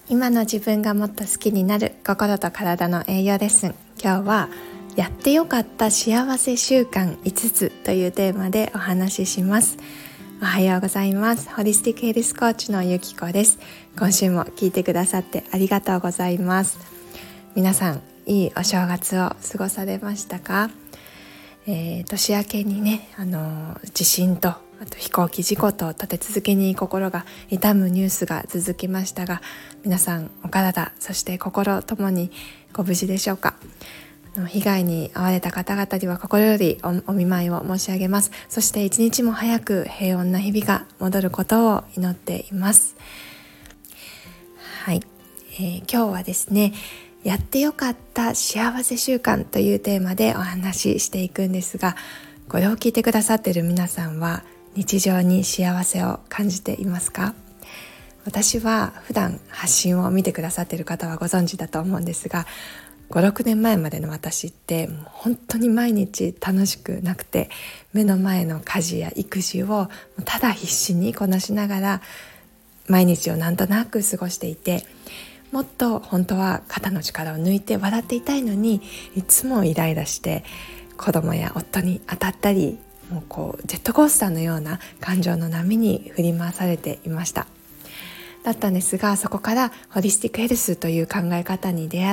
今の自分がもっと好きになる心と体の栄養レッスン。今日はやってよかった幸せ習慣5つというテーマでお話しします。おはようございます。ホリスティックヘルスコーチのゆきこです。今週も聞いてくださってありがとうございます。皆さんいいお正月を過ごされましたか？年明けにね、地震とあと飛行機事故と立て続けに心が痛むニュースが続きましたが、皆さんお体そして心ともにご無事でしょうか？被害に遭われた方々には心より お見舞いを申し上げます。そして一日も早く平穏な日々が戻ることを祈っています。はい、今日はですね、やってよかった幸せ習慣というテーマでお話ししていくんですが、これを聞いてくださっている皆さんは日常に幸せを感じていますか？私は普段発信を見てくださっている方はご存知だと思うんですが、5、6年前までの私ってもう本当に毎日楽しくなくて、目の前の家事や育児をただ必死にこなしながら毎日をなんとなく過ごしていて、もっと本当は肩の力を抜いて笑っていたいのに、いつもイライラして子供や夫に当たったり、もうジェットコースターのような感情の波に振り回されていました。だったんですが、そこからホリスティックヘルスという考え方に出会って、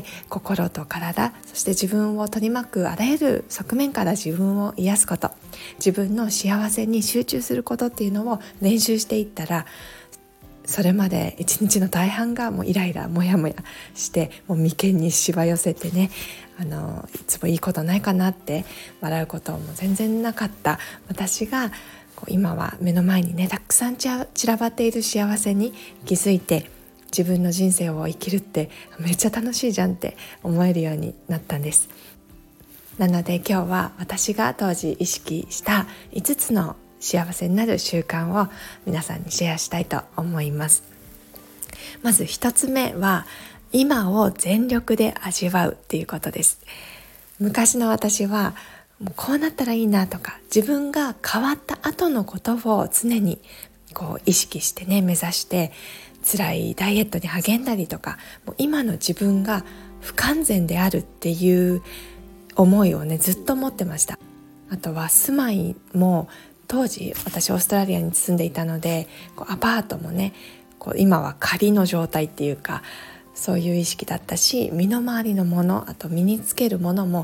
心と体そして自分を取り巻くあらゆる側面から自分を癒すこと、自分の幸せに集中することっていうのを練習していったら、それまで一日の大半がもうイライラモヤモヤして、もう眉間にしわ寄せてね、いつもいいことないかなって笑うことも全然なかった私が、今は目の前にねたくさん散らばっている幸せに気づいて、自分の人生を生きるってめっちゃ楽しいじゃんって思えるようになったんです。なので今日は私が当時意識した5つの幸せになる習慣を皆さんにシェアしたいと思います。まず1つ目は、今を全力で味わうっていうことです。昔の私はもうこうなったらいいなとか、自分が変わった後のことを常に意識してね、目指して辛いダイエットに励んだりとか、もう今の自分が不完全であるっていう思いをねずっと持ってました。あとは住まいも、当時私オーストラリアに住んでいたので、アパートもね今は仮の状態っていうか、そういう意識だったし、身の回りのもの、あと身につけるものも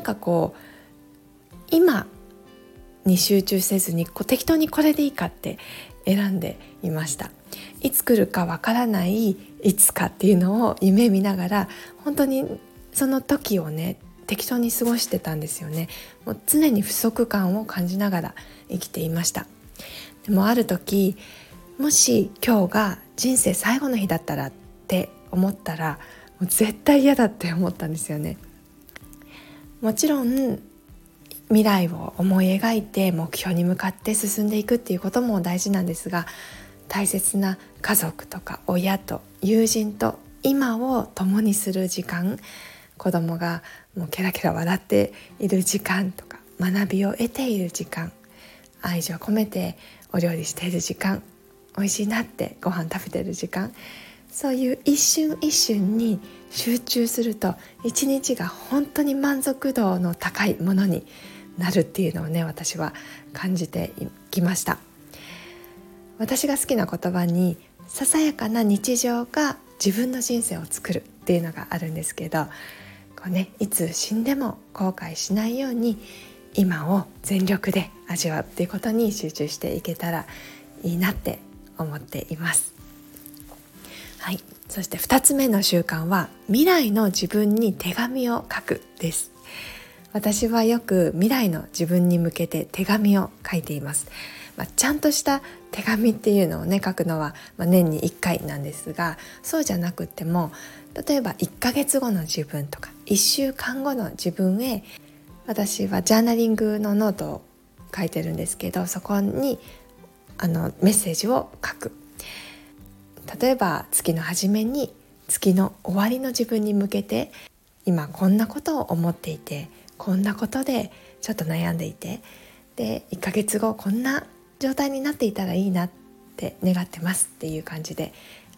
今に集中せずに適当にこれでいいかって選んでいました。いつ来るかわからないいつかっていうのを夢見ながら、本当にその時をね適当に過ごしてたんですよね。もう常に不足感を感じながら生きていました。でもある時、もし今日が人生最後の日だったらって思ったら、もう絶対嫌だって思ったんですよね。もちろん未来を思い描いて目標に向かって進んでいくっていうことも大事なんですが、大切な家族とか親と友人と今を共にする時間、子供がもうケラケラ笑っている時間とか、学びを得ている時間、愛情込めてお料理している時間、美味しいなってご飯食べている時間、そういう一瞬一瞬に集中すると、一日が本当に満足度の高いものになるっていうのをね、私は感じていきました。私が好きな言葉に、ささやかな日常が自分の人生を作るっていうのがあるんですけど、いつ死んでも後悔しないように今を全力で味わうっていうことに集中していけたらいいなって思っています。はい、そして2つ目の習慣は、未来の自分に手紙を書くです。私はよく未来の自分に向けて手紙を書いています。ちゃんとした手紙っていうのをね書くのは、年に1回なんですが、そうじゃなくても、例えば1ヶ月後の自分とか1週間後の自分へ、私はジャーナリングのノートを書いてるんですけど、そこにメッセージを書く。例えば月の初めに月の終わりの自分に向けて、今こんなことを思っていて、こんなことでちょっと悩んでいて、で1ヶ月後こんな状態になっていたらいいなって願ってますっていう感じで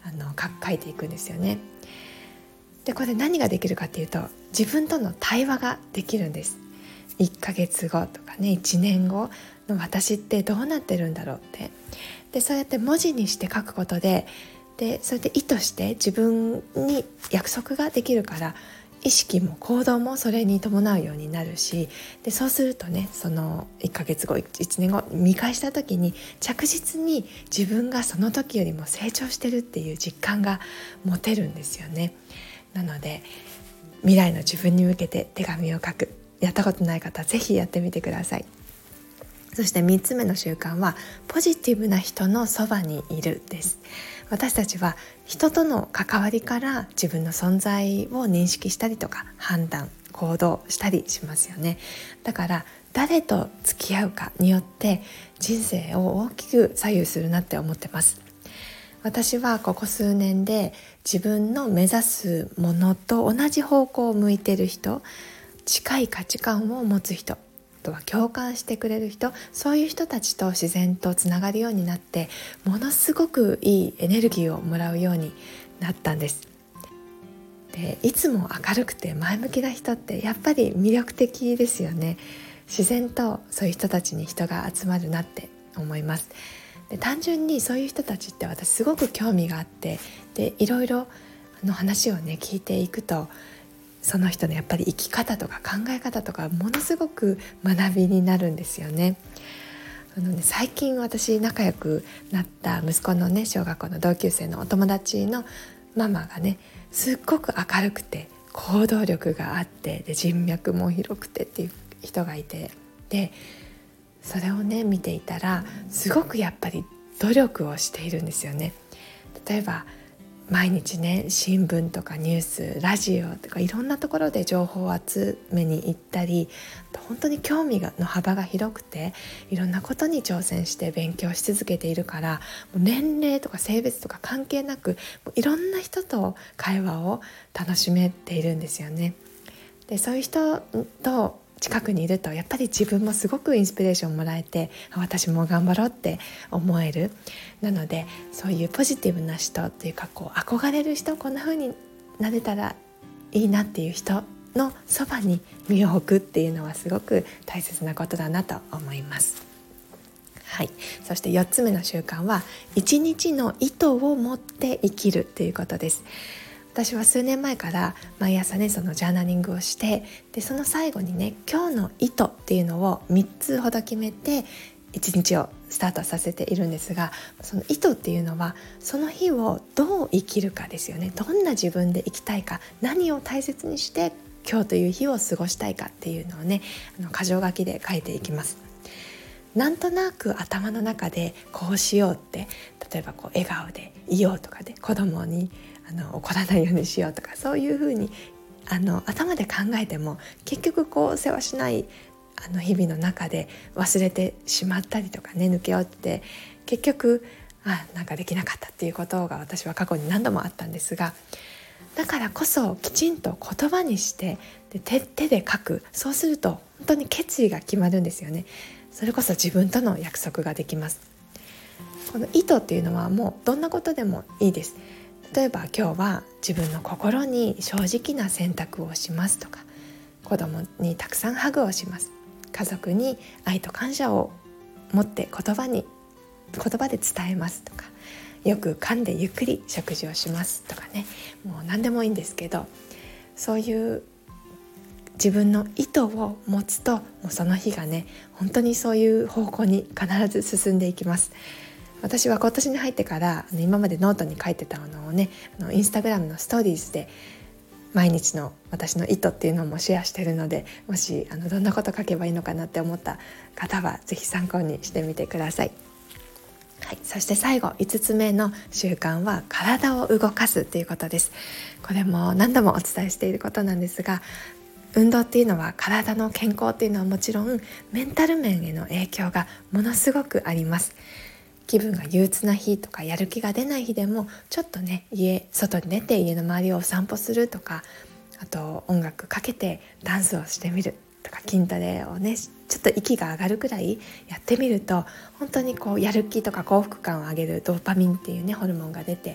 書いていくんですよね。でこれ何ができるかっていうと、自分との対話ができるんです。1ヶ月後とかね、1年後の私ってどうなってるんだろうって。でそうやって文字にして書くことで、それで意図して自分に約束ができるから、意識も行動もそれに伴うようになるし、でそうするとね、その1ヶ月後1年後見返した時に着実に自分がその時よりも成長してるっていう実感が持てるんですよね。なので未来の自分に向けて手紙を書く、やったことない方ぜひやってみてください。そして3つ目の習慣はポジティブな人のそばにいるです。私たちは人との関わりから自分の存在を認識したりとか判断行動したりしますよね。だから誰と付き合うかによって人生を大きく左右するなって思ってます。私はここ数年で自分の目指すものと同じ方向を向いている人、近い価値観を持つ人、あとは共感してくれる人、そういう人たちと自然とつながるようになって、ものすごくいいエネルギーをもらうようになったんです。でいつも明るくて前向きな人ってやっぱり魅力的ですよね。自然とそういう人たちに人が集まるなって思います。で単純にそういう人たちって私すごく興味があって、でいろいろ話をね聞いていくと、その人のやっぱり生き方とか考え方とかものすごく学びになるんですよね。最近私仲良くなった息子のね、小学校の同級生のお友達のママがね、すっごく明るくて行動力があって、で人脈も広くてっていう人がいて、でそれをね見ていたらすごくやっぱり努力をしているんですよね。例えば毎日ね、新聞とかニュース、ラジオとかいろんなところで情報を集めに行ったり、本当に興味の幅が広くて、いろんなことに挑戦して勉強し続けているから、もう年齢とか性別とか関係なく、いろんな人と会話を楽しめているんですよね。でそういう人と近くにいるとやっぱり自分もすごくインスピレーションもらえて、私も頑張ろうって思える。なのでそういうポジティブな人っていうか、憧れる人、こんな風になれたらいいなっていう人のそばに身を置くっていうのはすごく大切なことだなと思います。はい、そして4つ目の習慣は一日の意図を持って生きるということです。私は数年前から毎朝ね、そのジャーナリングをして、でその最後にね、今日の意図っていうのを3つほど決めて1日をスタートさせているんですが、その意図っていうのはその日をどう生きるかですよね。どんな自分で生きたいか、何を大切にして今日という日を過ごしたいかっていうのをね、箇条書きで書いていきます。なんとなく頭の中でこうしようって、例えば笑顔でいようとかで、子供に怒らないようにしようとか、そういうふうに頭で考えても結局世話しない日々の中で忘れてしまったりとかね、抜け落ちて結局なんかできなかったっていうことが私は過去に何度もあったんですが、だからこそきちんと言葉にして、で手で書く。そうすると本当に決意が決まるんですよね。それこそ自分との約束ができます。この意図っていうのはもうどんなことでもいいです。例えば今日は自分の心に正直な選択をしますとか、子供にたくさんハグをします、家族に愛と感謝を持って言葉で伝えますとか、よく噛んでゆっくり食事をしますとかね、もう何でもいいんですけど、そういう自分の意図を持つと、もうその日がね、本当にそういう方向に必ず進んでいきます。私は今年に入ってから今までノートに書いてたのをね、インスタグラムのストーリーズで毎日の私の意図っていうのもシェアしてるので、もしどんなこと書けばいいのかなって思った方はぜひ参考にしてみてください。はい、そして最後5つ目の習慣は体を動かすということです。これも何度もお伝えしていることなんですが、運動っていうのは体の健康っていうのはもちろん、メンタル面への影響がものすごくあります。気分が憂鬱な日とかやる気が出ない日でも、ちょっとね外に出て家の周りをお散歩するとか、あと音楽かけてダンスをしてみるとか、筋トレをねちょっと息が上がるくらいやってみると、本当にやる気とか幸福感を上げるドーパミンっていうねホルモンが出て、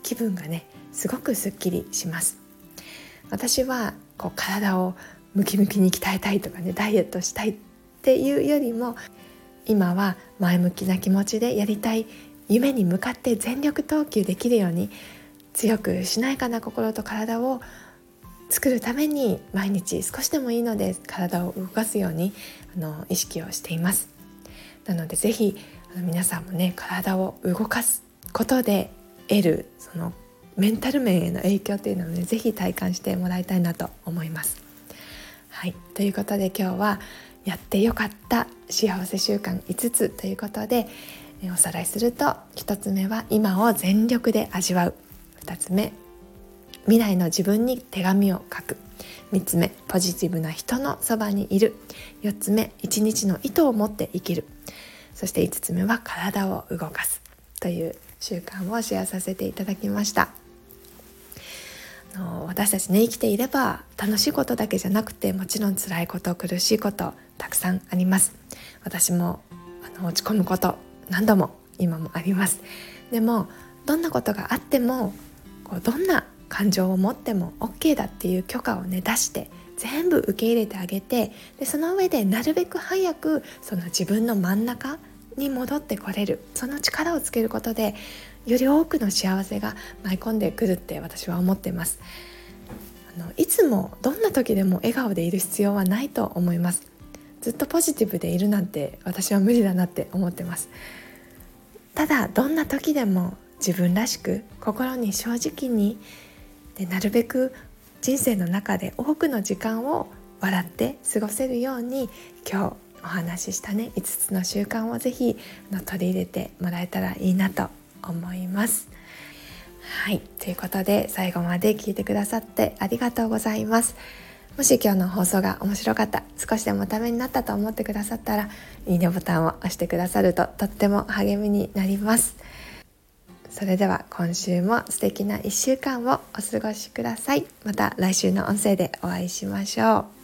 気分がねすごくすっきりします。私は体をムキムキに鍛えたいとかね、ダイエットしたいっていうよりも、今は前向きな気持ちでやりたい夢に向かって全力投球できるように、強くしなやかな心と体を作るために、毎日少しでもいいので体を動かすように意識をしています。なのでぜひ皆さんもね、体を動かすことで得るそのメンタル面への影響っていうのをね、ぜひ体感してもらいたいなと思います。はい、ということで今日はやってよかった幸せ習慣5つということで、おさらいすると、1つ目は今を全力で味わう、2つ目未来の自分に手紙を書く、3つ目ポジティブな人のそばにいる、4つ目1日の意図を持って生きる、そして5つ目は体を動かすという習慣をシェアさせていただきました。私たちね、生きていれば楽しいことだけじゃなくて、もちろん辛いこと、苦しいことたくさんあります。私も落ち込むこと何度も今もあります。でもどんなことがあってもどんな感情を持っても OK だっていう許可をね出して、全部受け入れてあげて、でその上でなるべく早くその自分の真ん中に戻ってこれる、その力をつけることでより多くの幸せが舞い込んでくるって私は思っています。いつもどんな時でも笑顔でいる必要はないと思います。ずっとポジティブでいるなんて私は無理だなって思ってます。ただどんな時でも自分らしく心に正直に、でなるべく人生の中で多くの時間を笑って過ごせるように、今日お話ししたね5つの習慣をぜひ取り入れてもらえたらいいなと思います。はい、ということで最後まで聞いてくださってありがとうございます。もし今日の放送が面白かった、少しでもためになったと思ってくださったら、いいねボタンを押してくださるととっても励みになります。それでは今週も素敵な1週間をお過ごしください。また来週の音声でお会いしましょう。